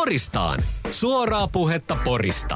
Poristaan. Suoraa puhetta Porista.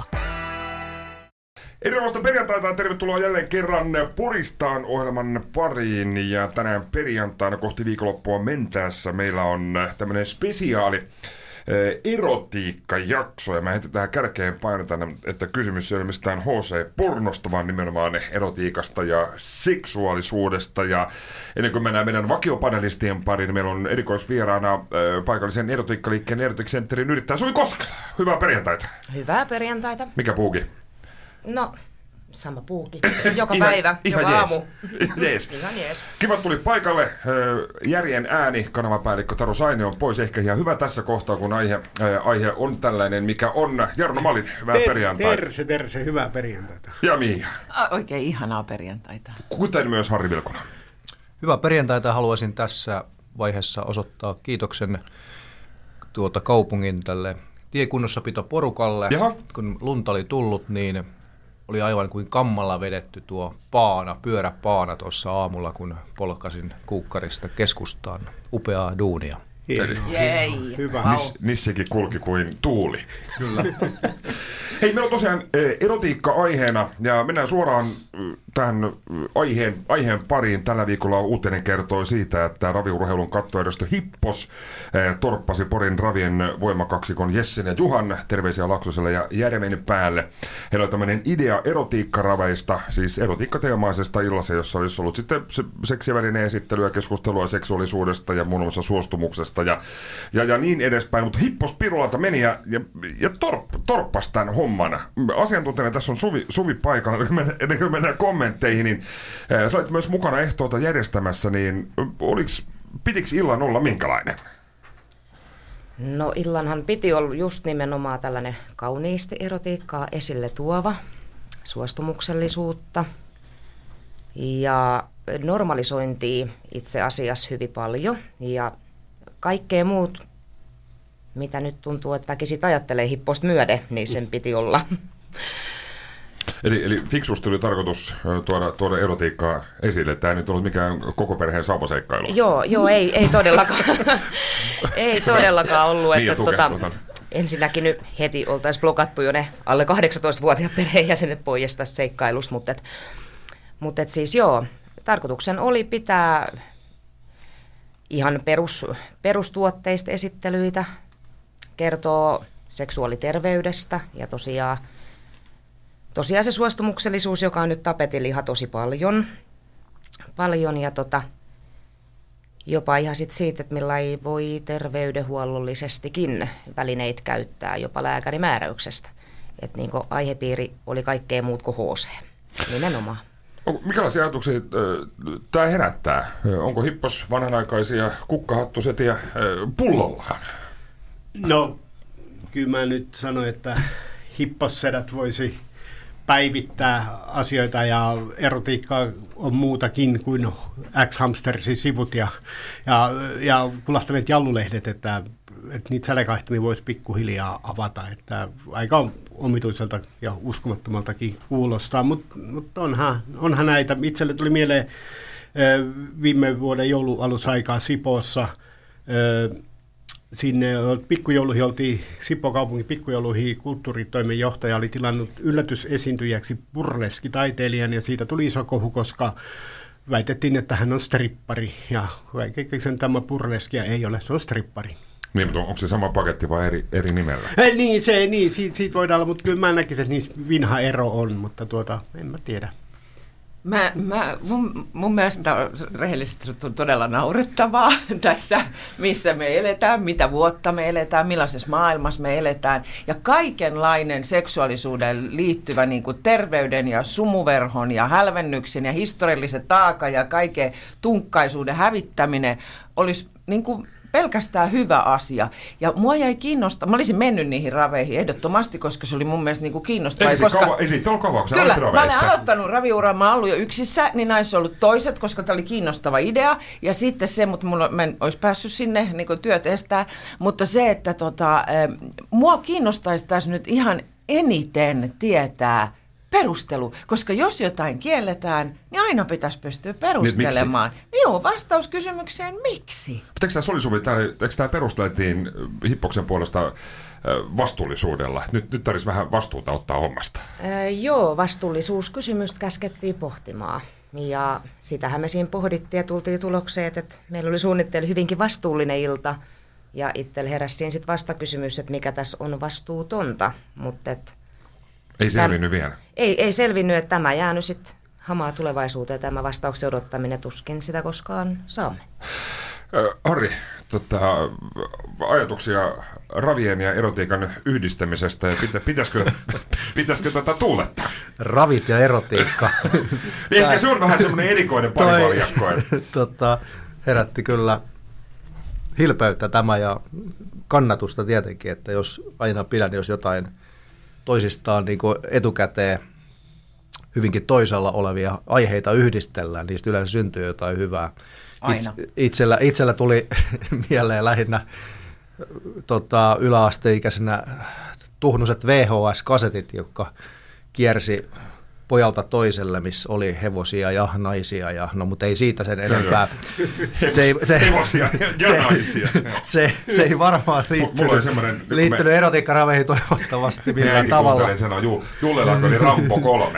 Erinomaista perjantaita ja tervetuloa jälleen kerran Poristaan ohjelman pariin. Ja tänään perjantaina kohti viikonloppua mentäessä meillä on tämmöinen spesiaali erotiikkajakso. Ja mä heti tähän kärkeen painotan, että kysymys ei ole mistään HC-pornosta, vaan nimenomaan erotiikasta ja seksuaalisuudesta. Ja ennen kuin mennään meidän vakiopanelistien pariin, meillä on erikoisvieraana paikallisen erotiikkaliikkeen Erotic-centerin yrittäjä Suvi Koskela. Hyvää perjantaita. Hyvää perjantaita. Mikä puuki? No, sama puuki. Joka päivä, joka aamu. Jees. Ihan jees. Kiva tuli paikalle. Järjen ääni, kanavapäällikkö Taru Saini on pois ehkä ihan hyvä tässä kohtaa, kun aihe on tällainen, mikä on. Jarno Malin, hyvää perjantaita. Terse, hyvää perjantaita. Ja Miia. Oikein ihanaa perjantaita. Kuten myös Harri Vilkuna. Hyvää perjantaita. Haluaisin tässä vaiheessa osoittaa kiitoksen kaupungin tälle tiekunnossapitoporukalle. Jaha. Kun lunta oli tullut, niin oli aivan kuin kammalla vedetty tuo pyöräpaana tuossa aamulla, kun polkasin Kuukkarista keskustaan. Upeaa duunia. Hyvä. Nissekin kulki kuin tuuli. Kyllä. Hei, meillä on tosiaan erotiikka aiheena ja mennään suoraan tähän aiheen pariin. Tällä viikolla uutinen kertoi siitä, että raviurheilun kattojärjestö Hippos torppasi Porin ravien voimakaksikon Jessen ja Juhan, terveisiä Laksoselle ja Järven päälle. Heillä oli tämmöinen idea erotiikkaraveista, siis erotiikkateemaisesta illassa, jossa olisi ollut sitten seksivälinen esittelyä, keskustelua seksuaalisuudesta ja muun muassa suostumuksesta ja niin edespäin. Mutta Hippos Pirulalta meni ja torppasi tämän homman. Asiantuntijana tässä on Suvi paikalla. Ennen kuin mennään kommentteihin, niin sä olit myös mukana ehtoota järjestämässä, niin pitikö illan olla minkälainen? No illanhan piti olla just nimenomaan tällainen kauniisti erotiikkaa esille tuova, suostumuksellisuutta ja normalisointia itse asiassa hyvin paljon ja kaikkea muut, mitä nyt tuntuu, että väkisit ajattelee hipposta myöden, niin sen piti olla. Eli fiksusti oli tarkoitus tuoda erotiikkaa esille. Tämä ei nyt ollut mikään koko perheen sauvaseikkailu. Joo, ei todellakaan. Ei todellakaan ollut. Että ensinnäkin nyt heti oltaisiin blokattu jo ne alle 18-vuotiaat perheenjäsenet pois tästä seikkailusta. Mutta siis joo, tarkoituksen oli pitää ihan perustuotteista esittelyitä, kertoo seksuaaliterveydestä ja tosiaan se suostumuksellisuus, joka on nyt tapetilla ihan tosi paljon ja jopa ihan sit siitä, että millä ei voi terveydenhuollollisestikin välineitä käyttää jopa lääkärimääräyksestä. Että niin aihepiiri oli kaikkea muut kuin HC, nimenomaan. Mikälaisia ajatuksia tämä herättää? Onko Hippos vanhanaikaisia kukkahattusetiä pullollaan? No, kyllä mä nyt sanoin, että hippossedät voisi päivittää asioita ja erotiikka on muutakin kuin X-Hamstersin sivut ja kulahtaneet jallulehdet, että niitä sälekahtimia voisi pikkuhiljaa avata, että aika omituiselta ja uskomattomaltakin kuulostaa, mutta onhan näitä. Itselle tuli mieleen viime vuoden joulualusaikaa Sipoossa. Sinne pikkujouluihin oltiin, Sipoo kaupungin pikkujouluihin kulttuuritoimenjohtaja oli tilannut yllätysesiintyjäksi burleskitaiteilijan ja siitä tuli iso kohu, koska väitettiin, että hän on strippari ja sen tämä burleskia ei ole, se on strippari. Niin, mutta onko se sama paketti vai eri nimellä? Siitä voidaan olla, mutta kyllä mä näkisin, että niissä vinha ero on, mutta en mä tiedä. Mun mielestä on rehellisesti todella naurettavaa tässä, missä me eletään, mitä vuotta me eletään, millaisessa maailmassa me eletään. Ja kaikenlainen seksuaalisuuden liittyvä niin kuin terveyden ja sumuverhon ja hälvennyksen ja historiallisen taakan ja kaiken tunkkaisuuden hävittäminen olisi niin kuin pelkästään hyvä asia. Ja mua jäi kiinnostaa, mä olisin mennyt niihin raveihin ehdottomasti, koska se oli mun mielestä niinku kiinnostavaa. Ei siitä ollut kauan, kun sä kyllä, mä olen aloittanut raviuran, mä oon ollut jo yksissä, niin näissä on ollut toiset, koska tämä oli kiinnostava idea. Ja sitten se, mutta mä en olisi päässyt sinne niin työt estää, mutta se, että mua kiinnostaisi tässä nyt ihan eniten tietää perustelu, koska jos jotain kielletään, niin aina pitäisi pystyä perustelemaan. Minun vastaus kysymykseen, miksi? Eikö tämä perusteltiin Hippoksen puolesta vastuullisuudella? Nyt tarvitsisi vähän vastuuta ottaa hommasta. Joo, vastuullisuuskysymystä käskettiin pohtimaan. Ja sitähän me siinä pohdittiin ja tultiin tulokseen, että meillä oli suunnittelu hyvinkin vastuullinen ilta. Ja itsellä heräsi siinä sitten vastakysymys, että mikä tässä on vastuutonta. Mutta ei selvinnyt vielä. Ei selvinnyt, että tämä jäänyt sitten hamaa tulevaisuuteen. Tämä vastauksen odottaminen tuskin sitä koskaan saamme. Harri, ajatuksia ravien ja erotiikan yhdistämisestä. Ja pitäisikö tuulettaa? Ravit ja erotiikka. Ehkä se on vähän semmoinen erikoinen parivaljakko. Herätti kyllä hilpeyttä tämä ja kannatusta tietenkin, että jos aina pidän, jos jotain toisistaan niin kuin etukäteen hyvinkin toisella olevia aiheita yhdistellään, niistä yleensä syntyy jotain hyvää. Itsellä tuli mieleen lähinnä yläasteikäisenä tuhnuset VHS-kasetit, jotka kiersi pojalta toiselle, missä oli hevosia ja naisia, mutta ei siitä sen enempää. Hevosia ja naisia. Se ei varmaan liittynyt erotiikkaraveihin toivottavasti millään tavalla. Kuuntelin sanoa, Jullelako oli Rambo 3.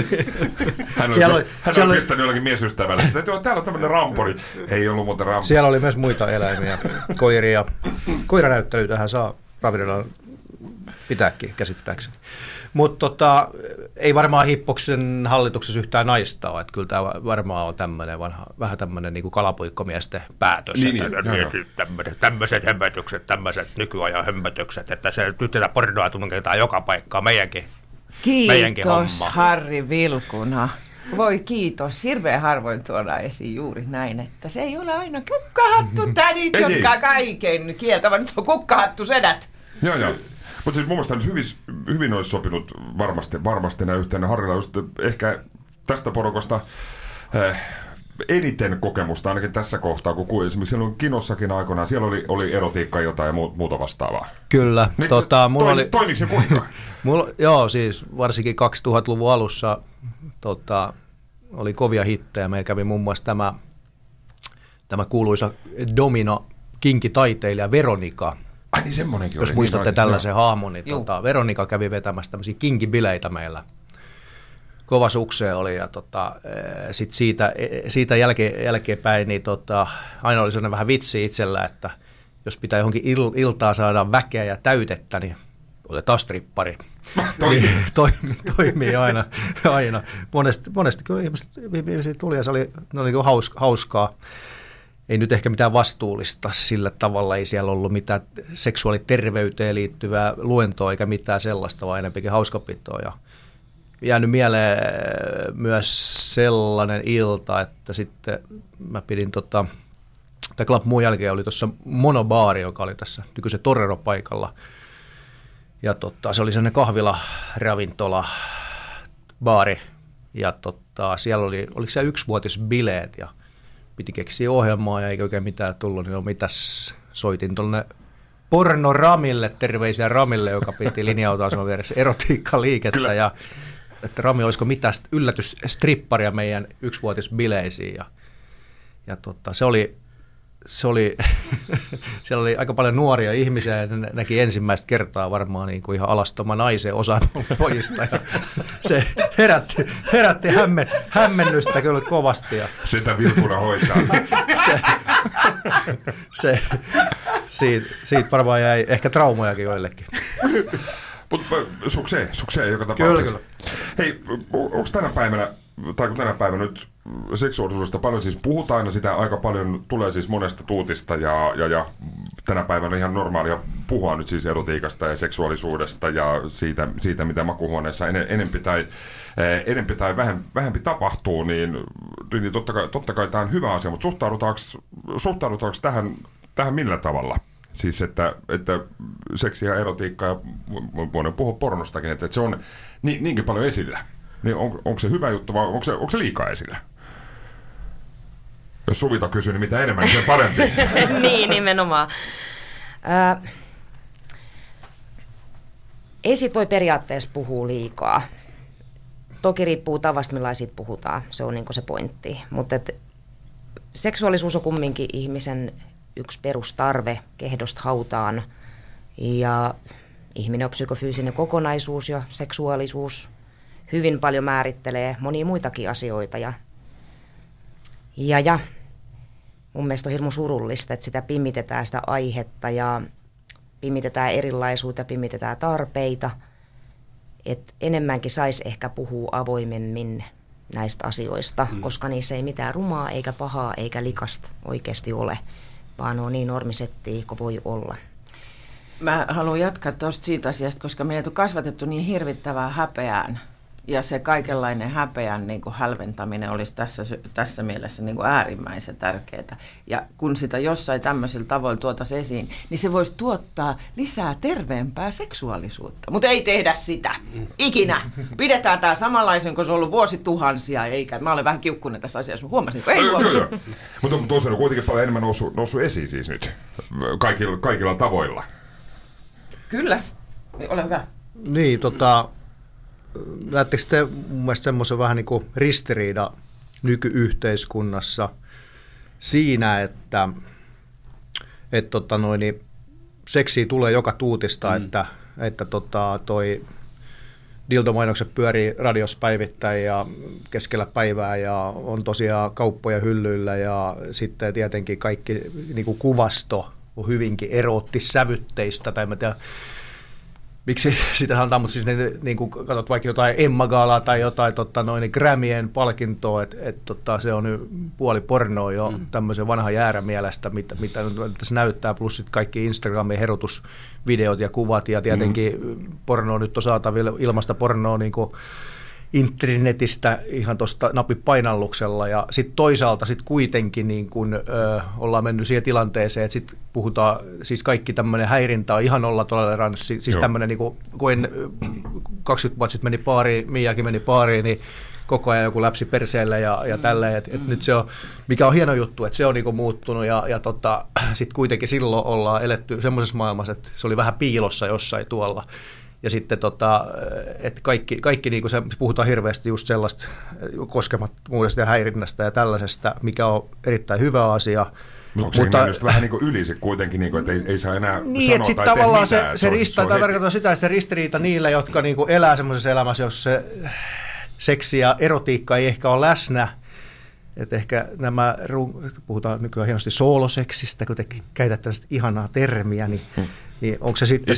Hän on pistänyt jollakin miesystävällä. Täällä on tämmöinen Rambo, niin ei ollut muuten Rambo. Siellä oli myös muita eläimiä, koiria. Koiranäyttelytähän saa Ravidelan pitääkin käsittääkseni. Mutta ei varmaan Hippoksen hallituksessa yhtään naista ole, että kyllä tämä varmaan on vähän tämmöinen niin kuin kalapuikkomiesten päätös. Tämmöiset hömpötykset, tämmöiset nykyajan hömpötykset, että nyt sitä pornoa tunnetaan joka paikkaan meidänkin homma. Kiitos Harri Vilkuna. Voi kiitos. Hirveän harvoin tuodaan esiin juuri näin, että se ei ole aina kukkahattu tädit, jotka kaiken kieltävät. Se on kukkahattu sedät. Joo. Mutta siis mun mielestä hyvin olisi sopinut varmasti nämä yhteen. Harrilla just ehkä tästä porukasta eniten kokemusta ainakin tässä kohtaa, kun esimerkiksi silloin Kinossakin aikoinaan, siellä oli erotiikka-ilta ja muuta vastaavaa. Kyllä. Toimiko se kuinka? Joo, siis varsinkin 2000-luvun alussa oli kovia hittejä. Meillä kävi muun muassa tämä kuuluisa domino-kinkitaiteilija Veronika. Ai niin, semmoinenkin jos muistatte tällaisen hahmon, niin Veronika kävi vetämässä tämmöisiä kinkibileitä meillä. Kova sukseen oli ja sit siitä jälkeenpäin niin aina oli sellainen vähän vitsi itsellä, että jos pitää johonkin iltaa saada väkeä ja täytettä, niin otetaan strippari. Toimii aina. Monesti kyllä ihmiset tuli ja se oli hauskaa. Ei nyt ehkä mitään vastuullista sillä tavalla, ei siellä ollut mitään seksuaaliterveyteen liittyvää luentoa eikä mitään sellaista, vaan enempikin hauskapitoa. Ja jäänyt mieleen myös sellainen ilta, että sitten mä pidin Club muun jälkeen oli tuossa Monobaari, joka oli tässä nykyisen Torero-paikalla. Ja se oli sellainen kahvila, ravintola, baari. Ja siellä oliko siellä 1-vuotisbileet ja piti keksiä ohjelmaa ja eikä oikein mitään tullut, niin soitin tuonne Porno Ramille, terveisiä Ramille, joka piti linja-autoaseman vieressä erotiikkaliikettä ja että Rami, olisiko mitään yllätysstripparia meidän 1-vuotisbileisiin ja siellä oli aika paljon nuoria ihmisiä ja ne näki ensimmäistä kertaa varmaan niin kuin ihan alastoma naisen osa pojista ja se herätti hämmennystä kyllä kovasti. Ja sitä Vilkuna hoitaa. Siitä varmaan jäi ehkä traumojakin joillekin. Mutta sukseen joka tapauksessa. Kyllä. Hei, onko tänä päivänä nyt seksuaalisuudesta paljon siis puhutaan aina sitä aika paljon, tulee siis monesta tuutista ja tänä päivänä ihan normaalia puhua nyt siis erotiikasta ja seksuaalisuudesta ja siitä mitä makuuhuoneessa enempi tai vähempi tapahtuu, niin totta kai tämä on hyvä asia, mutta suhtaudutaanko tähän millä tavalla? Siis, että seksi ja erotiikka, ja voin puhua pornostakin, että se on niinkin paljon esillä. Niin onko se hyvä juttu vai onko se liikaa esillä? Jos Suvita kysyy, niin mitä enemmän, niin se parempi. Niin, nimenomaan. Ei sit voi periaatteessa puhua liikaa. toki riippuu tavasta, millä siitä puhutaan. Se on niin se pointti. Mutta seksuaalisuus on kumminkin ihmisen yksi perustarve kehdosta hautaan. Ja ihminen on psykofyysinen kokonaisuus ja seksuaalisuus hyvin paljon määrittelee monia muitakin asioita. Ja mun mielestä on hirmu surullista, että sitä pimitetään sitä aihetta ja pimitetään erilaisuutta, pimitetään tarpeita. Että enemmänkin saisi ehkä puhua avoimemmin näistä asioista, koska niissä ei mitään rumaa, eikä pahaa, eikä likasta oikeasti ole, vaan on niin normisettiä kuin voi olla. Mä haluan jatkaa tuosta siitä asiasta, koska meidät on kasvatettu niin hirvittävää häpeään. Ja se kaikenlainen häpeän niin kuin hälventäminen olisi tässä mielessä niin kuin äärimmäisen tärkeää. Ja kun sitä jossain tämmöisillä tavoilla tuotaisiin esiin, niin se voisi tuottaa lisää terveempää seksuaalisuutta. Mutta ei tehdä sitä. Ikinä. Pidetään tämä samanlaisen, kun se on ollut vuosituhansia. Eikä. Mä olen vähän kiukkunen tässä asiassa. Huomasin, kun ei huomannut. Mutta tuossa on kuitenkin paljon enemmän noussut esiin siis nyt. Kaikilla tavoilla. Kyllä. Ole hyvä. Niin, näettekö te mun mielestä semmoisen vähän niin kuin ristiriida nykyyhteiskunnassa siinä, että seksiä tulee joka tuutista, että toi dildomainokset pyörii radiossa päivittäin ja keskellä päivää ja on tosiaan kauppoja hyllyillä ja sitten tietenkin kaikki niin kuin kuvasto on hyvinkin eroottissävytteistä tai mä tiedän, miksi sitä sanotaan, mutta siis niin kuin katsot vaikka jotain Emma-gaalaa tai jotain Grammien palkintoa, että se on puoli pornoa jo tämmöisen vanhan jäärän mielestä, mitä tässä näyttää, plus sitten kaikki Instagramin herotusvideot ja kuvat, ja tietenkin pornoa nyt on saatavilla ilmasta pornoa niin kuin internetistä ihan tuosta napipainalluksella, ja sitten toisaalta sit kuitenkin niin kun, ollaan mennyt siihen tilanteeseen, että sitten puhutaan, siis kaikki tämmöinen häirintä on ihan nollatoleranssi, siis tämmöinen, niin kun 20 vuotta sitten meni baariin, Miakin meni baariin, niin koko ajan joku läpsi perseelle ja tälleen, että nyt se on, mikä on hieno juttu, että se on niin muuttunut, ja sitten kuitenkin silloin ollaan eletty semmoisessa maailmassa, että se oli vähän piilossa jossain tuolla. Ja sitten, että kaikki niin kuin se, puhutaan hirveästi just sellaista koskemattomuudesta ja häirinnästä ja tällaisesta, mikä on erittäin hyvä asia. Mutta just vähän niin kuin yli se kuitenkin, niin kuin, että ei saa enää niin, sanoa tai tavallaan mitään. Se tarkoittaa sitä, että se ristiriita niillä, jotka niin kuin elää semmoisessa elämässä, jos se seksi ja erotiikka ei ehkä ole läsnä. Että ehkä nämä, puhutaan nykyään hienosti sooloseksistä, kun te käytätte tällaista ihanaa termiä, niin onko se sitten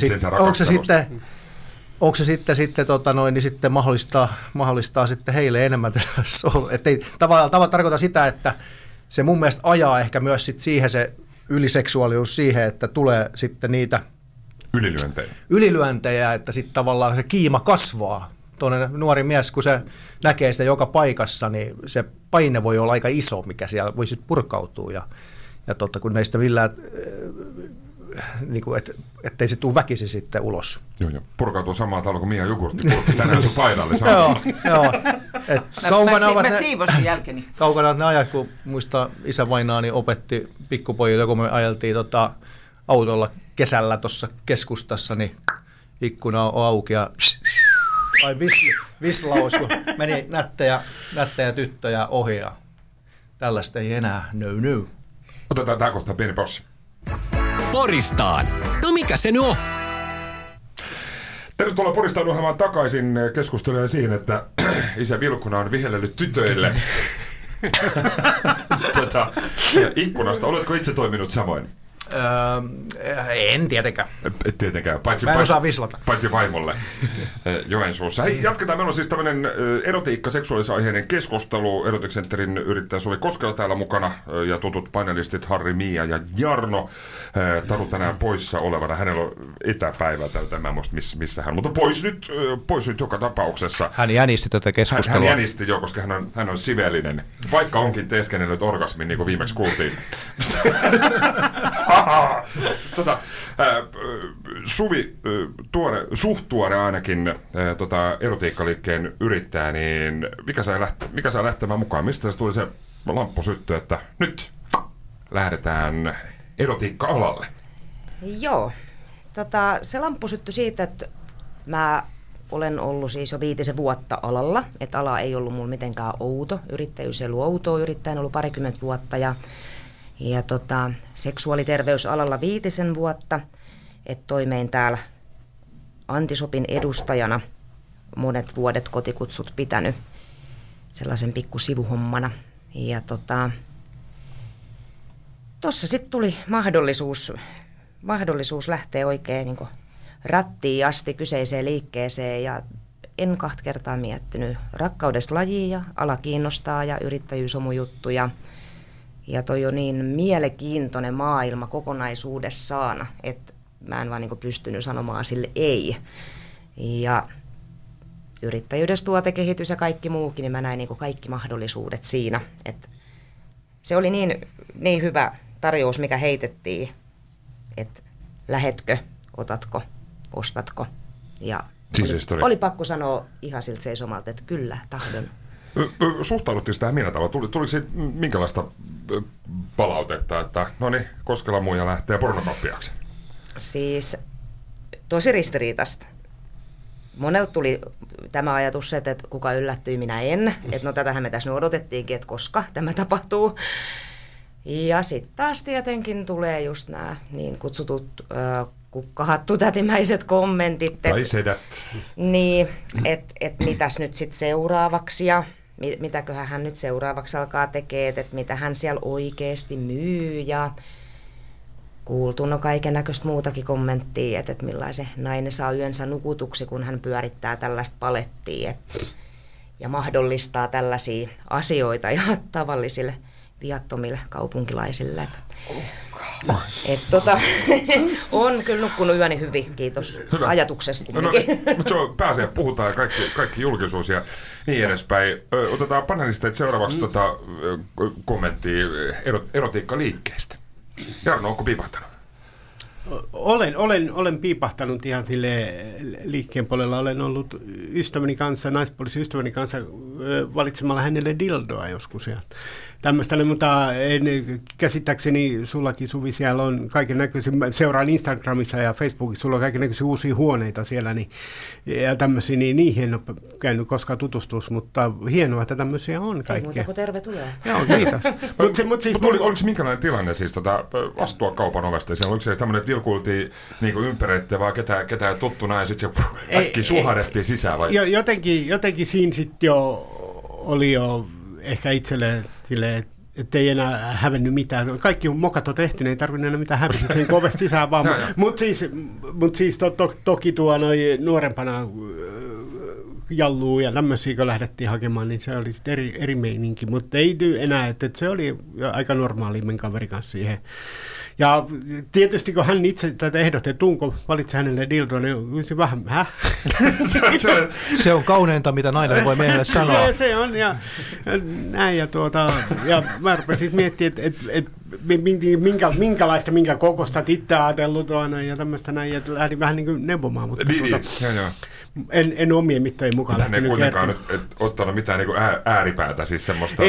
niin sitten mahdollistaa sitten heille enemmän että ei tavallaan tarkoita sitä, että se mun mielestä ajaa ehkä myös sit siihen se yliseksuaalisuus siihen, että tulee sitten niitä ylilyöntejä, että sitten tavallaan se kiima kasvaa. Tuollainen nuori mies, kun se näkee sitä joka paikassa, niin se paine voi olla aika iso, mikä siellä voi sitten purkautua. Ja kun näistä millään, niin ettei se tule väkisin sitten ulos. Joo. Purkautuu samaan taloon kuin Mia jogurttipurkki. Tänään se painalle. Joo. Mä siivosin jälkeni. Kaukana ne ajat, kun muista isä vainaani opetti pikkupojille, kun me ajeltiin autolla kesällä tuossa keskustassa, niin ikkuna on auki ja tai vislaus, kun meni nättejä tyttöjä ohi ja tällaista ei enää no. Otetaan tähän kohtaan pieni paussi. Poristaan. No mikä se nyt on? Tervetuloa Poristaan ohjelmaan takaisin keskustelemaan siihen, että isä Vilkkuna on vihellellyt tytöille ikkunasta. Oletko itse toiminut samoin? En tietenkään. Tietenkään, mä en osaa vislata. Paitsi vaimolle Joensuussa. Hei, jatketaan. Meillä on siis tämmöinen erotiikka, seksuaalisaiheinen keskustelu. Erotic-centerin yrittäjä Suvi Koskela täällä mukana ja tutut panelistit Harri, Mia ja Jarno. Taru tänään poissa olevana. Hänellä on etäpäivä tältä, mä en muista missä hän, mutta pois nyt joka tapauksessa. Hän jänisti tätä keskustelua. Hän jänisti jo, koska hän on sivellinen. Vaikka onkin teeskennellyt orgasmin, niin kuin viimeksi kuultiin. Suvi, suht tuore ainakin erotiikkaliikkeen yrittäjä, niin mikä sai lähtemään mukaan? Mistä se tuli se lamppusyttö, että nyt lähdetään erotiikka-alalle? Joo. Se lamppu syttyi siitä, että mä olen ollut siis jo 5 vuotta alalla, että ala ei ollut mulla mitenkään outo. Yrittäjyys ei ollut outoa, yrittäjän ollut 20 vuotta ja seksuaaliterveysalalla 5 vuotta, että toimein täällä Antisopin edustajana monet vuodet kotikutsut pitänyt sellaisen pikku sivuhommana. Ja tuossa sitten tuli mahdollisuus lähteä oikein niin kuin rattiin asti kyseiseen liikkeeseen ja en 2 kertaa miettinyt rakkaudesta lajia, ala kiinnostaa ja yrittäjyys on mun juttu ja toi on niin mielenkiintoinen maailma kokonaisuudessaan, että mä en vaan niin kuin pystynyt sanomaan sille ei. Ja yrittäjyydessä tuotekehitys ja kaikki muukin, niin mä näin niin kuin kaikki mahdollisuudet siinä. Et se oli niin hyvä tarjous, mikä heitettiin, että lähetkö, otatko, ostatko. Ja oli pakko sanoa ihan siltä seisomalta, että kyllä, tahdon. Suhtauduttiin tähän millä tavalla? Tuliko siitä minkälaista palautetta, että no niin, Koskela muija lähtee pornokauppiaaksi? Siis tosi ristiriitaista. Monelta tuli tämä ajatus, että kuka yllättyi, minä en. Että no tätähän me tässä nyt odotettiinkin, että koska tämä tapahtuu. Ja sitten taas tietenkin tulee just nämä niin kutsutut kukkahattutätimäiset kommentit. Tai sedät. Niin, että mitäs nyt sitten seuraavaksi ja mitäköhän hän nyt seuraavaksi alkaa tekemään, että mitä hän siellä oikeasti myy ja kuultu no kaiken näköistä muutakin kommenttia, että millaisen nainen saa yönsä nukutuksi, kun hän pyörittää tällaista palettia ja mahdollistaa tällaisia asioita ja tavallisille viattomille kaupunkilaisille. On kyllä nukkunut yöni hyvin, kiitos ajatuksesta kumminkin. Mutta se on pääsee, puhutaan kaikki julkisuus ja niin edespäin. Otetaan panelisteet seuraavaksi kommenttia erotiikkaliikkeestä. Jarno, onko piipahtanut? Olen piipahtanut ihan sille liikkeen puolella. Olen ollut naispuolisen ystäväni kanssa valitsemalla hänelle dildoa joskus. Ja tämmöistä, mutta käsittääkseni sullakin, Suvi, siellä on kaikennäköisiä, seuraan Instagramissa ja Facebookissa, sulla on kaikennäköisiä uusia huoneita siellä, ja tämmöisiä, niin niihin en ole käynyt koskaan tutustus, mutta hienoa, että tämmöisiä on kaikkea. Ei muuta kuin tervetuloa. Joo, kiitos. Oliko se minkälainen tilanne siis astua kaupan ovesta? Siellä oliko se tämmöinen, että vilkuiltiin niin ympäreitte, vaan ketään tuttuna ja sitten se äkki suhahdettiin sisään? Vai? Jotenkin siinä sitten oli jo ehkä itselle silleen, että ei enää hävennyt mitään. Kaikki on mokat on tehty, ei tarvinnut enää mitään hävitä sen ovesta sisään vaan. Mutta siis toki nuorempana jalluu ja tämmöisiä, kun lähdettiin hakemaan, niin se oli sitten eri meininki. Mutta ei enää, että se oli aika normaali men kaveri kanssa siihen. Ja tietysti kun hän itse tätä ehdotti, että tuunko valitse hänelle dildo, niin se vähän, Se on kauneinta, mitä nainen voi miehelle sanoa. Se on, ja näin, ja mä rupesin miettimään, että minkälaista, minkä kokosta itse ajatellut ja tämmöistä näin, ja lähdin vähän niin kuin neuvomaan, mutta en omien mittojen mukaan lähtenyt kertomaan. Hän ei kuitenkaan nyt ottanut mitään niin kuin ääripäätä, siis semmoista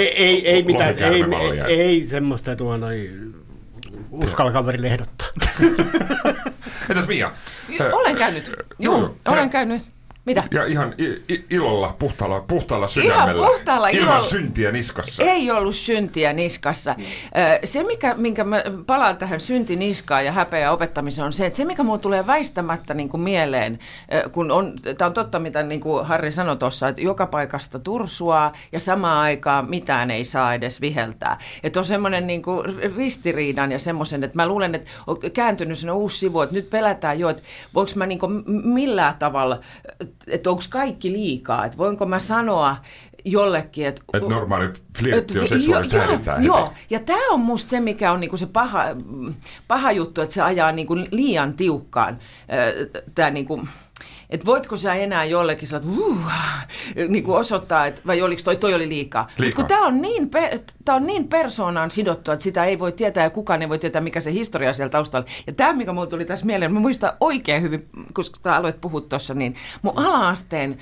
ei semmoista uskalla kaverille ehdottaa. Entäs Mia? Olen käynyt. Olen käynyt. Mitä? Ja ihan ilolla, puhtaalla sydämellä. Ihan puhtaalla ilman syntiä niskassa. Ei ollut syntiä niskassa. Se, minkä mä palaan tähän syntiniskaan ja häpeä opettamiseen, on se, että se, mikä mulle tulee väistämättä niin kuin mieleen, kun tämä on totta, mitä niin kuin Harri sanoi tuossa, että joka paikasta tursua ja samaan aikaan mitään ei saa edes viheltää. Että on semmoinen niin kuin ristiriidan ja semmoisen, että mä luulen, että on kääntynyt sinne uusi sivu, että nyt pelätään jo, että voinko mä niin kuin millään tavalla, että onko kaikki liikaa, että voinko mä sanoa jollekin, että normaali flirtti on seksuaalista häirintää. Joo, ja tämä on musta se, mikä on niinku se paha juttu, että se ajaa niinku liian tiukkaan. Tämä niinku, että voitko sä enää jollekin niin kuin osoittaa, että, vai oliko toi oli liikaa. Mutta kun tämä on niin persoonaan sidottu, että sitä ei voi tietää ja kukaan ei voi tietää, mikä se historia siellä taustalla. Ja tämä, mikä mulle tuli tässä mieleen, mä muistan oikein hyvin, koska aloit puhua tuossa, niin mun ala-asteen,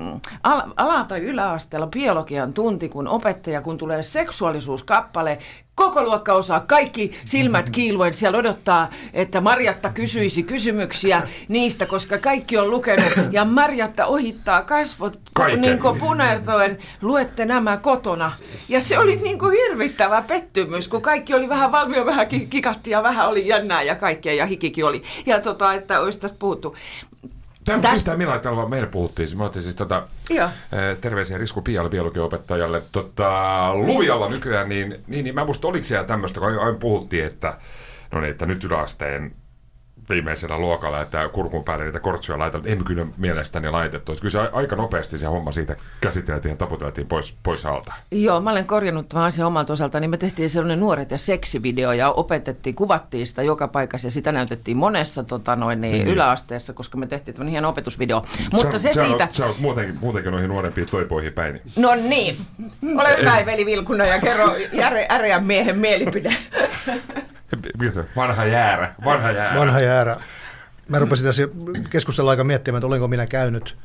ala- tai yläasteella biologian tunti, kun opettaja, kun tulee seksuaalisuuskappale, Koko luokka osaa, kaikki silmät kiiluen siellä odottaa, että Marjatta kysyisi kysymyksiä niistä, koska kaikki on lukenut. Ja Marjatta ohittaa kasvot niin kuin punertoen, luette nämä kotona. Ja se oli niin kuin hirvittävä pettymys, kun kaikki oli vähän valmiina, vähän kikatti ja vähän oli jännää ja kaikkea ja hikikin oli. Ja että olisi tästä puhuttu. Tästä millä meille puhuttiin. Me otettiin siis terveisiä Risku Pialle, biologiopettajalle Luvialla nykyään, niin mä musta oliko siellä tämmöistä, kun aina puhuttiin, että nyt yläasteen viimeisellä luokalla, että kurkun päälle niitä kortsuja laitettu, emme kyllä mielestäni laitettu. Että kyllä se aika nopeasti se homma siitä käsiteltiin ja taputeltiin pois alta. Joo, mä olen korjannut tämän asian omalta osalta, niin me tehtiin sellainen nuoret ja seksivideo ja opetettiin, kuvattiin sitä joka paikassa ja sitä näytettiin monessa yläasteessa, koska me tehtiin tämmöinen hieno opetusvideo. Mutta Sä oot muutenkin noihin nuorempiin toipoihin päin. No niin, ole hyvä veli Vilkuna ja kerro äreän miehen mielipide. Vanha jäärä. Mä rupesin tässä keskustella aika miettimään, että olenko minä käynyt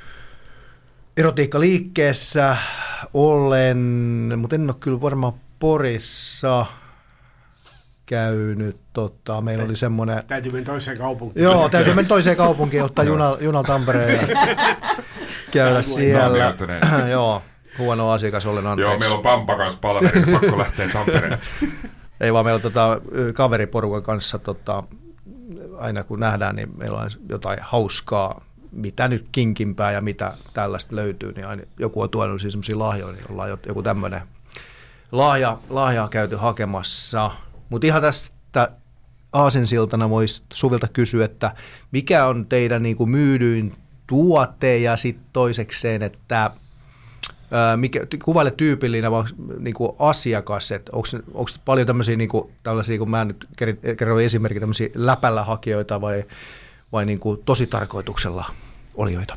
erotiikkaliikkeessä mutta en ole kyllä varmaan Porissa käynyt. Meillä oli semmoinen... Täytyy mennä toiseen kaupunkiin. Joo, täytyy mennä toiseen kaupunkiin, ottaa junalla Tampereen ja käydä siellä. Joo, huono asiakas olen, anteeksi. Joo, meillä on Pampa kanssa palveri, pakko lähteä Tampereen. Ei vaan meillä on kaveriporukan kanssa, aina kun nähdään, niin meillä on jotain hauskaa, mitä nyt kinkimpää ja mitä tällaista löytyy, niin aina joku on tuonut siis sellaisia lahjoja, niin ollaan joku tämmöinen lahja käyty hakemassa. Mutta ihan tästä aasinsiltana voisi Suvilta kysyä, että mikä on teidän niin kuin myydyin tuote ja sitten toisekseen, että kuvaile tyypillinen niin kuin asiakas, että onko paljon tällaisia, kun mä nyt kerroin esimerkiksi tämmöisiä läpällä hakijoita vai niin kuin tosi tarkoituksella olijoita?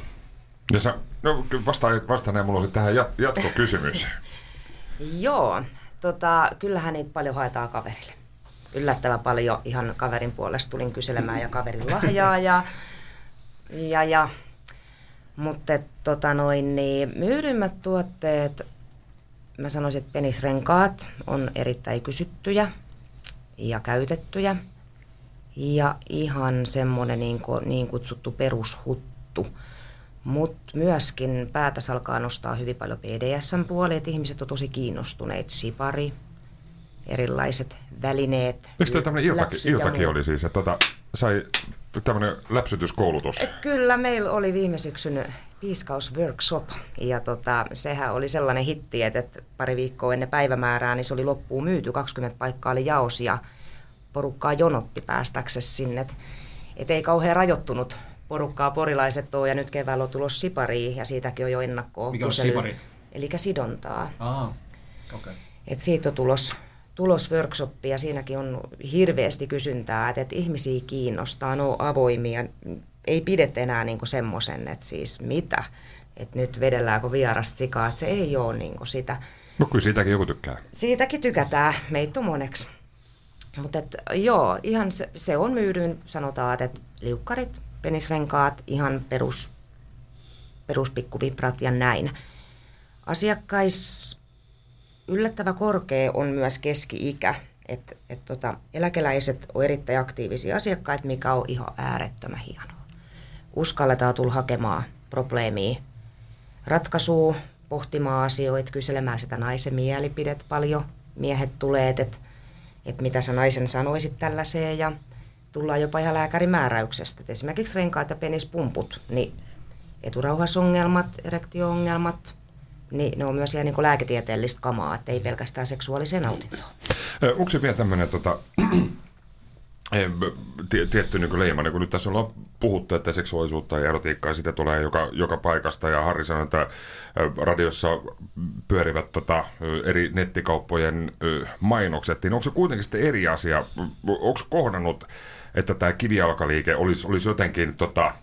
Vastaan mulla on tähän jatkokysymys. Joo, kyllähän niitä paljon haetaan kaverille. Yllättävän paljon ihan kaverin puolesta tulin kyselemään ja kaverin lahjaa ja mutta myydyimmät tuotteet, mä sanoisin, että penisrenkaat on erittäin kysyttyjä ja käytettyjä. Ja ihan semmoinen niin kutsuttu perushuttu. Mutta myöskin päätäs alkaa nostaa hyvin paljon BDSM-puoli, että ihmiset on tosi kiinnostuneet. Sipari, erilaiset välineet. Miksi tämä tämmöinen iltakin oli siis, että sai tämmöinen läpsytyskoulutus? Kyllä, meillä oli viime syksyn piiskausworkshop ja sehän oli sellainen hitti, että pari viikkoa ennen päivämäärää niin se oli loppuun myyty, 20 paikkaa oli jaos ja porukkaa jonotti päästäkseen sinne. Et ei kauhean rajoittunut porukkaa porilaiset ole ja nyt keväällä on tulossa sipariin ja siitäkin on jo ennakkoa. Mikä on sipari? Eli sidontaa. Okay. Et siitä on tulos workshoppi ja siinäkin on hirveästi kysyntää, että ihmisiä kiinnostaa, ne on avoimia, ei pidetä enää niinku semmoisen, että siis mitä, että nyt vedelläänkö vierasta sikaa, että se ei ole niinku sitä. No kyllä siitäkin joku tykkää. Siitäkin tykätään, meitä on moneksi. Mutta joo, ihan se on myydyin, sanotaan, että liukkarit, penisrenkaat, ihan peruspikkuvibrat ja näin. Asiakkais yllättävä korkea on myös keski-ikä, että eläkeläiset on erittäin aktiivisia asiakkaita, mikä on ihan äärettömän hienoa. Uskalletaan tulla hakemaan probleemia, ratkaisua, pohtimaan asioita, kyselemään sitä naisen mielipidet paljon. Miehet tulee, että mitä sä naisen sanoisit tällaiseen ja tullaan jopa ihan lääkärin määräyksestä. Et esimerkiksi renkaat ja penispumput, niin eturauhasongelmat, erektio-ongelmat, niin ne on myös ihan niin kuin lääketieteellistä kamaa, että ei pelkästään seksuaaliseen nautintoon. Onko se vielä tämmöinen tietty niin leima, kun nyt tässä ollaan puhuttu, että seksuaalisuutta ja erotiikkaa sitä tulee joka paikasta, ja Harri sanoi, että radiossa pyörivät eri nettikauppojen mainokset, niin onko se kuitenkin sitten eri asia? Onko kohdannut, että tämä kivijalkaliike olisi jotenkin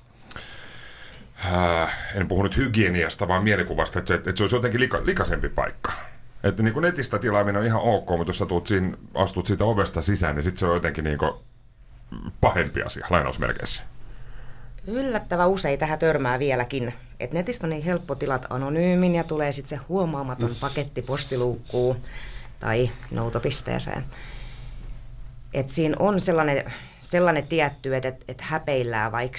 en puhu nyt hygieniasta, vaan mielikuvasta, että se olisi jotenkin likaisempi paikka. Että niin kuin netistä tilaaminen on ihan ok, mutta jos sä astut siitä ovesta sisään, niin sitten se on jotenkin niin kuin pahempi asia, lainausmerkeissä. Yllättävän usein tähän törmää vieläkin. Että netistä on niin helppo tilata anonyymin ja tulee sitten se huomaamaton paketti postiluukkuun. tai noutopisteeseen. Et siinä on sellainen tietty, että häpeillään, vaikka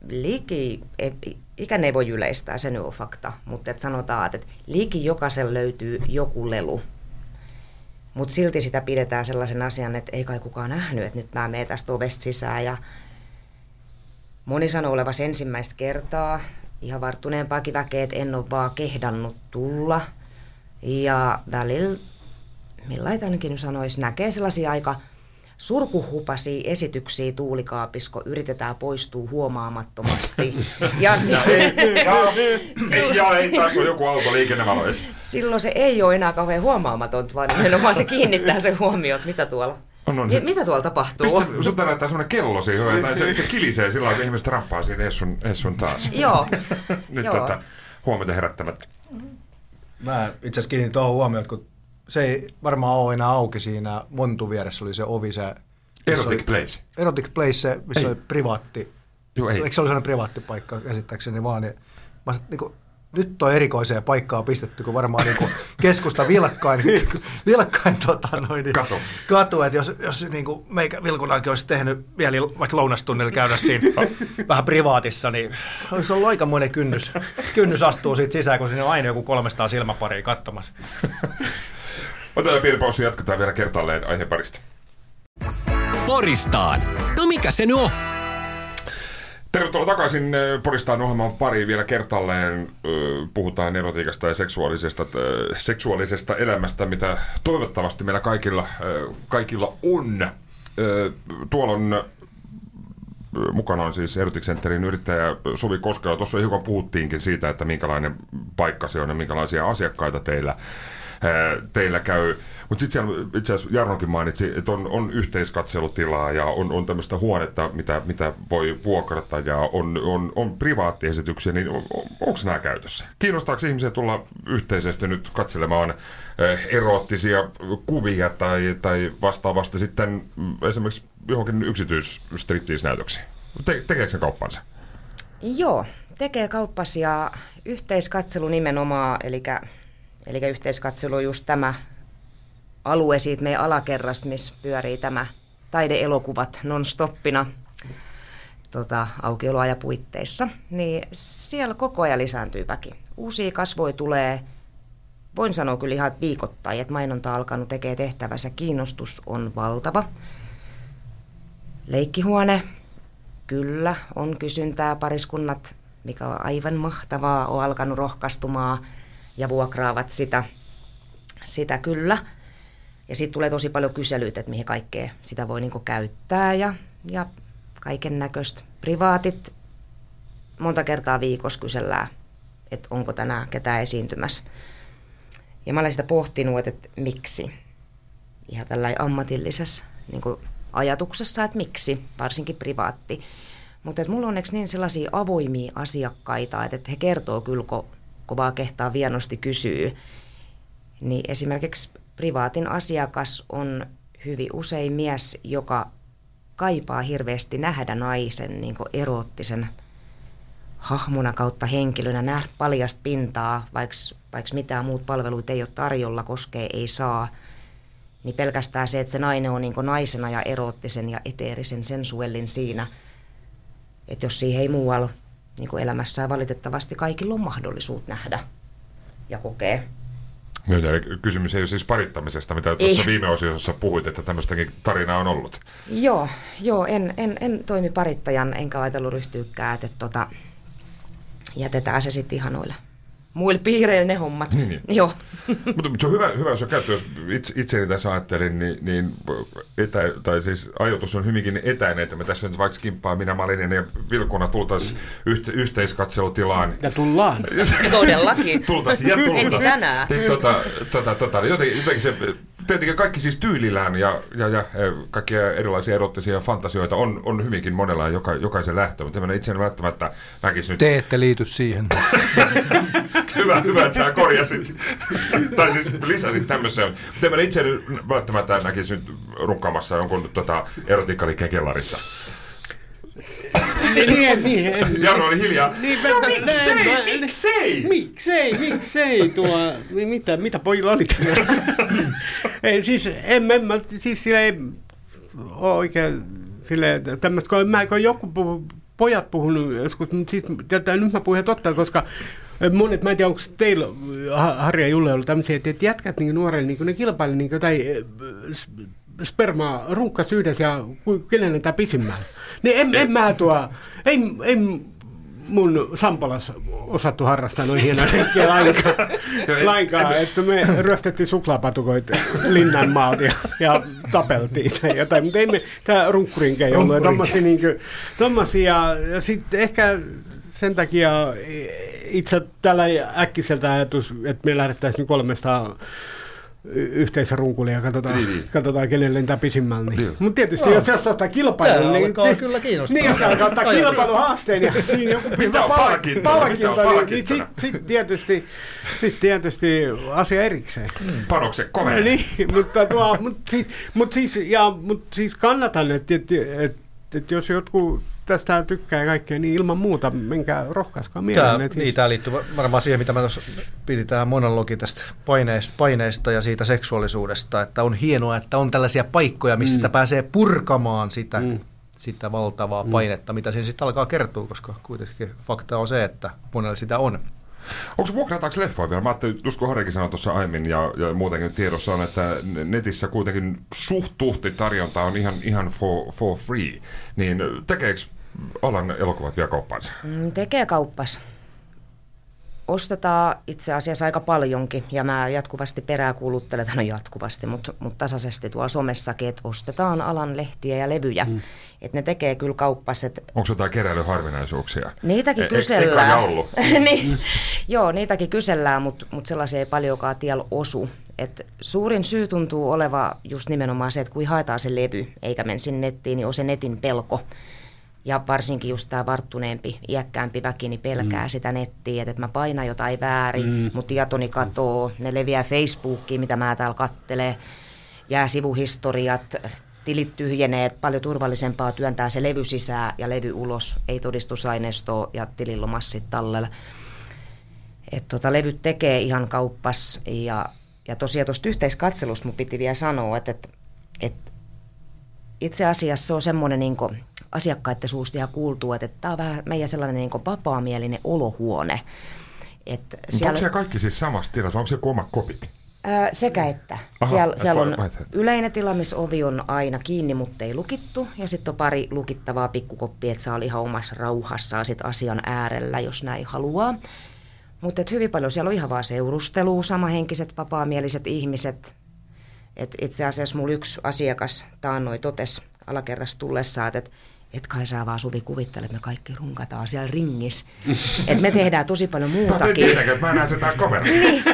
ikään ei voi yleistää, se nyt on fakta, mutta sanotaan, että liki jokaisella löytyy joku lelu. Mutta silti sitä pidetään sellaisen asian, että ei kai kukaan nähnyt, että nyt mä menen tästä ovesta sisään. Ja moni sanoo olevasi ensimmäistä kertaa, ihan varttuneempaakin väkeä, että en ole vaan kehdannut tulla. Ja välillä, millaita ainakin nyt sanoisi, näkee sellaisia aika surkuhupaisia esityksiä tuulikaapissa, kun yritetään poistua huomaamattomasti. Ja ei taas on joku auto liikennevaloissa. Silloin se ei ole enää kauhean huomaamatonta, vaan nimenomaan se kiinnittää sen huomioon, että mitä tuolla. Mitä tuolla tapahtuu? Sun näyttää semmoinen kello siihen, tai se kilisee sillä tavalla, että ihmiset rampaa siinä essun taas. Joo. Nyt huomiota herättämättä. Mä itse asiassa kiinnitin tuohon huomioon, kun se ei varmaan ole enää auki siinä Montun vieressä, oli se ovi, se... Erotic Place. Erotic Place, missä oli privaatti. Joo, ei. Eikö se ole sellainen privaattipaikka käsittääkseni vaan? Niin, mä sanoin, niin kuin, nyt on erikoiseen paikkaan pistetty, kun varmaan niin kuin keskusta vilkkain katu. Että jos niin kuin meikä Vilkunankin olisi tehnyt vielä vaikka lounastunnilla käydä siinä vähän privaatissa, niin olisi ollut aikamoinen kynnys astuu siitä sisään, kun siinä on aina joku 300 silmäparia katsomassa. Otetaan pieni paussi, jatketaan vielä kertaalleen aiheen parista. Poristaan. No mikä se nyt on? Tervetuloa takaisin Poristaan ohjelman pariin vielä kertaalleen. Puhutaan erotiikasta ja seksuaalisesta elämästä, mitä toivottavasti meillä kaikilla on. Tuolla on mukana on siis Erotic Centerin yrittäjä Suvi Koskela. Tuossa hiukan puhuttiinkin siitä, että minkälainen paikka se on ja minkälaisia asiakkaita teillä käy. Mutta sitten siellä itse asiassa Jarnokin mainitsi, että on yhteiskatselutilaa ja on tämmöistä huonetta, mitä voi vuokrata ja on privaattiesityksiä, niin onko nämä käytössä? Kiinnostaako ihmisiä tulla yhteisesti nyt katselemaan eroottisia kuvia tai vastaavasti sitten esimerkiksi johonkin yksityisstriptease-näytöksiin? Tekeekö se kauppansa? Joo, tekee kauppas ja yhteiskatselu nimenomaan, eli yhteiskatselu on just tämä alue siitä meidän alakerrasta, missä pyörii tämä taideelokuvat non-stoppina aukioloajapuitteissa, niin siellä koko ajan lisääntyy väki. Uusia kasvoja tulee, voin sanoa kyllä ihan viikoittain, että mainonta on alkanut tekemään tehtävänsä, kiinnostus on valtava. Leikkihuone, kyllä, on kysyntää, pariskunnat, mikä on aivan mahtavaa, on alkanut rohkaistumaan ja vuokraavat sitä kyllä. Ja sitten tulee tosi paljon kyselyitä, että mihin kaikkea sitä voi niinku käyttää ja kaiken näköistä. Privaatit monta kertaa viikossa kysellään, että onko tänään ketään esiintymässä. Ja mä olen sitä pohtinut, että miksi. Ihan tällainen ammatillisessa niinku ajatuksessa, että miksi, varsinkin privaatti. Mutta mulla on onneksi niin sellaisia avoimia asiakkaita, että he kertoo kyllä, kun vaan kehtaa vienosti kysyy. Niin esimerkiksi privaatin asiakas on hyvin usein mies, joka kaipaa hirveästi nähdä naisen niin kuin eroottisen hahmona kautta henkilönä, nähdä paljasta pintaa, vaikka mitään muut palveluita ei ole tarjolla, koskee ei saa. Niin pelkästään se, että se nainen on niin kuin naisena ja eroottisen ja eteerisen sensuellin siinä, että jos siihen ei muualla niin kuin elämässään valitettavasti kaikilla on mahdollisuus nähdä ja kokea. Kysymys ei ole siis parittamisesta, mitä tuossa viime osiossa puhuit, että tämmöistäkin tarinaa on ollut. Joo, en toimi parittajan, enkä ajatellut ryhtyykään, että jätetään se sitten ihan noille muille piireille ne hommat. Niin. Joo. Mutta se on hyvä, jos on käyty, jos itseni tässä ajattelin, niin tai siis ajatus on hyvinkin etäinen, että me tässä nyt vaikka kimppaa minä, Malinen ja Vilkuna tultaisiin yhteiskatselutilaan. Ja tullaan. Todellakin. Tultaisiin. Heti tänään. Jotenkin se, tietenkin kaikki siis tyylillään ja kaikkia erilaisia erottisia fantasioita on hyvinkin monella jokaisen lähtö, mutta en itse välttämättä näkisi nyt. Te ette liity siihen. Hyvä, että sä korjasit. Tai siis lisäsit tämmöisen. Mutta en itse välttämättä näkisi nyt runkkaamassa jonkun erotiikkaliikkeen kellarissa. Niin. Jarno oli hiljaa. Miksei tuo, mitä pojilla oli tänään? Ei, siis sillä ei ole oikein silleen, tämmöistä, kun joku pojat puhunut joskus, mutta nyt mä puhun totta, koska monet, mä en tiedä, onko teillä, Harri ja Julle, ollut tämmöisiä, että jätkät niin nuorille, niin ne kilpaili niin tai spermaa runkkas yhdessä ja kenelle tämä pisimmällä. Niin ei mun Sampalas osattu harrastaa noin hienoja renkkiä lainkaan, että me ryöstettiin suklaapatukoita Linnanmaalta ja tapeltiin tai jotain, mutta ei me tää runkkurinkään ei ollut. Tommosia, ja sitten ehkä sen takia itse tällä äkkiseltä ajatus, että me lähdettäisiin nyt 300 yhteisrunkulia ja katsotaan kenen lentää pisimmällä. Niin. Mutta tietysti jos ottaa kilpailun, niin kyllä kiinnostaa. Niin jos alkaa ottaa kilpailuhaasteen ja siinä joku pitää palkintoa, niin sitten tietysti asia erikseen. Panoksen komea. Niin, mutta siis kannatan, että jos jotkut tästä tykkää ja kaikkea, niin ilman muuta menkää rohkaiskaa mieleen. Tämä liittyy varmaan siihen, mitä mä tuossa pidin tähän monologi tästä paineista ja siitä seksuaalisuudesta, että on hienoa, että on tällaisia paikkoja, missä pääsee purkamaan sitä valtavaa painetta, mitä siinä sitten alkaa kertoa, koska kuitenkin fakta on se, että monella sitä on. Onko vuokrataanko leffoja vielä? Mä ajattelin, just kun Harrikin sanoi tuossa aiemmin ja muutenkin tiedossa on, että netissä kuitenkin suht tuhti tarjonta on ihan for free. Niin tekeekö alan elokuvat vielä kauppansa? Tekee kauppas. Ostetaan itse asiassa aika paljonkin, ja mä jatkuvasti peräänkuuluttelen, jatkuvasti, mutta tasaisesti tuolla somessakin, että ostetaan alan lehtiä ja levyjä. Että ne tekee kyllä kauppas. Onko jotain keräilyharvinaisuuksia? Niitäkin kysellään. Niin, joo, niitäkin kysellään, mutta sellaisia ei paljonkaan tiellä osu. Et suurin syy tuntuu oleva just nimenomaan se, että kun haetaan se levy, eikä mene sinne nettiin, niin on se netin pelko. Ja varsinkin just tämä varttuneempi, iäkkäämpi väki niin pelkää sitä nettiä, että mä painan jotain väärin, mun tietoni katoo, ne leviää Facebookiin, mitä mä täällä kattelen, jää sivuhistoriat, tilit tyhjenee, paljon turvallisempaa työntää se levy sisään ja levy ulos, ei todistusaineistoa ja tililomassit tallella. Että levyt tekee ihan kauppas ja tosiaan tuosta yhteiskatselusta mun piti vielä sanoa, että itse asiassa se on semmoinen niin asiakkaiden suusta ihan kuultuu, että tämä on vähän meidän sellainen niin vapaamielinen olohuone. Että siellä... Onko siellä kaikki siis samassa tilassa? Onko se joku oma kopit? Sekä että. Siellä on yleinen tila, missä ovi on aina kiinni, mutta ei lukittu. Ja sitten on pari lukittavaa pikkukoppia, että saa olla ihan omassa rauhassaan sit asian äärellä, jos näin haluaa. Mutta hyvin paljon siellä on ihan vaan seurustelua, samahenkiset, vapaamieliset ihmiset. Et itse asiassa mulla yksi asiakas taannoin totesi alakerrassa tullessaan, että et kai sä vaan Suvi kuvittele, että me kaikki runkataan siellä ringissä. Että me tehdään tosi paljon muutakin. Mä näen se täällä kamerassa.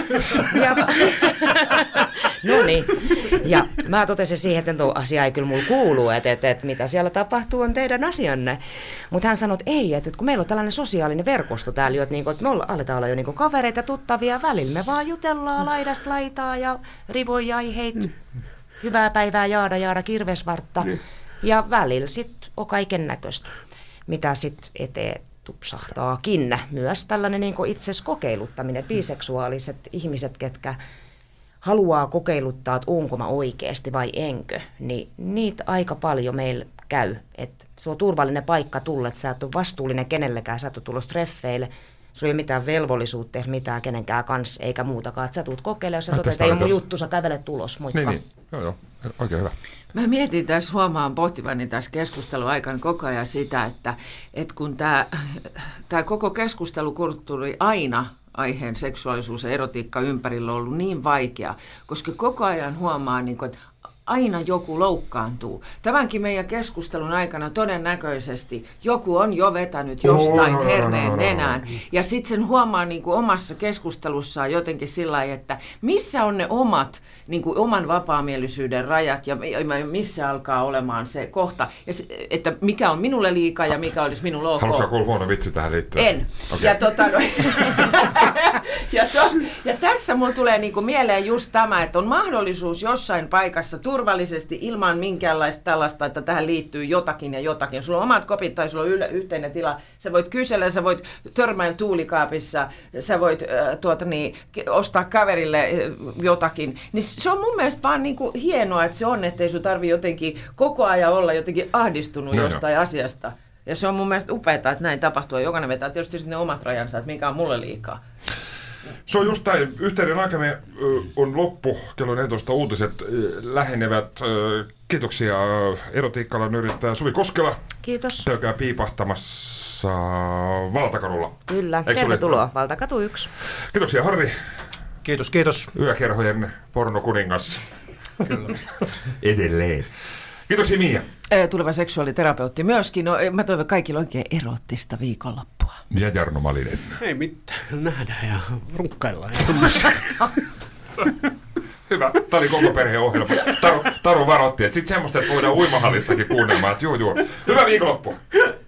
No niin. Ja mä totesin siihen, että tuo asia ei kyllä mulla kuulu, että mitä siellä tapahtuu on teidän asianne. Mutta hän sanoi, että ei, että kun meillä on tällainen sosiaalinen verkosto täällä, että me aletaan olla jo kavereita tuttavia välillä. Me vaan jutellaan laidasta laitaa ja rivojaiheit, hyvää päivää, jaada, kirvesvartta. Ja välillä sitten on kaiken näköistä, mitä sitten eteen tupsahtaakin. Myös tällainen itses kokeiluttaminen, biseksuaaliset ihmiset, ketkä haluaa kokeiluttaa, että onko mä oikeasti vai enkö, niin niitä aika paljon meillä käy. Et se on turvallinen paikka tulla, että sä et ole vastuullinen kenellekään, sä et ole tullut treffeille, sulla ei ole mitään velvollisuutta tehdä mitään kenenkään kanssa, eikä muutakaan. Että sä tulet kokeilemaan, jos sä toteat, että ei ole mun juttu, sä kävelet tulos, moikka. Niin. Joo, oikein hyvä. Mä mietin tässä, huomaan pohtivani tässä keskustelun aikana koko ajan sitä, että kun tämä koko keskustelukulttuuri aina aiheen seksuaalisuus ja erotiikka ympärillä on ollut niin vaikea, koska koko ajan huomaa, että aina joku loukkaantuu. Tämänkin meidän keskustelun aikana todennäköisesti joku on jo vetänyt jostain herneen nenään. Ja sitten sen huomaa omassa keskustelussaan jotenkin sillä lailla, että missä on ne omat, oman vapaamielisyyden rajat ja missä alkaa olemaan se kohta. Ja että mikä on minulle liikaa ja mikä olisi minulle ok. Haluatko kuulla huono vitsi tähän liittyen? En. Okay. Ja tässä mulla tulee niinku mieleen just tämä, että on mahdollisuus jossain paikassa turvallisesti ilman minkäänlaista tällaista, että tähän liittyy jotakin ja jotakin. Sulla on omat kopit tai sulla on yhteinen tila. Sä voit kysellä, sä voit törmäillä tuulikaapissa, sä voit ostaa kaverille jotakin. Niin se on mun mielestä vaan niinku hienoa, että se on, ettei sun tarvi jotenkin koko ajan olla jotenkin ahdistunut jostain asiasta. Ja se on mun mielestä upeaa, että näin tapahtuu. Jokainen vetää tietysti sinne omat rajansa, että mikä on mulle liikaa. Se on just tämä. Yhteyden aikamme on loppu. Kello 14 uutiset lähenevät. Kiitoksia. Erotiikalla on yrittäjä Suvi Koskela. Kiitos. Käykää piipahtamassa Valtakadulla. Kyllä, tervetuloa. Valtakatu 1. Kiitoksia Harri. Kiitos. Yökerhojen pornokuningas. Kyllä. Edelleen. Kiitoksia Mia. Tuleva seksuaaliterapeutti myöskin. No, mä toivon kaikille oikein erottista viikonloppua. Ja Jarno Malinen. Ei mitään. Nähdään ja runkkaillaan. Hyvä. Tämä oli koko perheen ohjelma. Taru varoitti, että sitten semmoista, että voidaan uimahallissakin kuunnelmaan. Joo. Hyvää viikonloppua.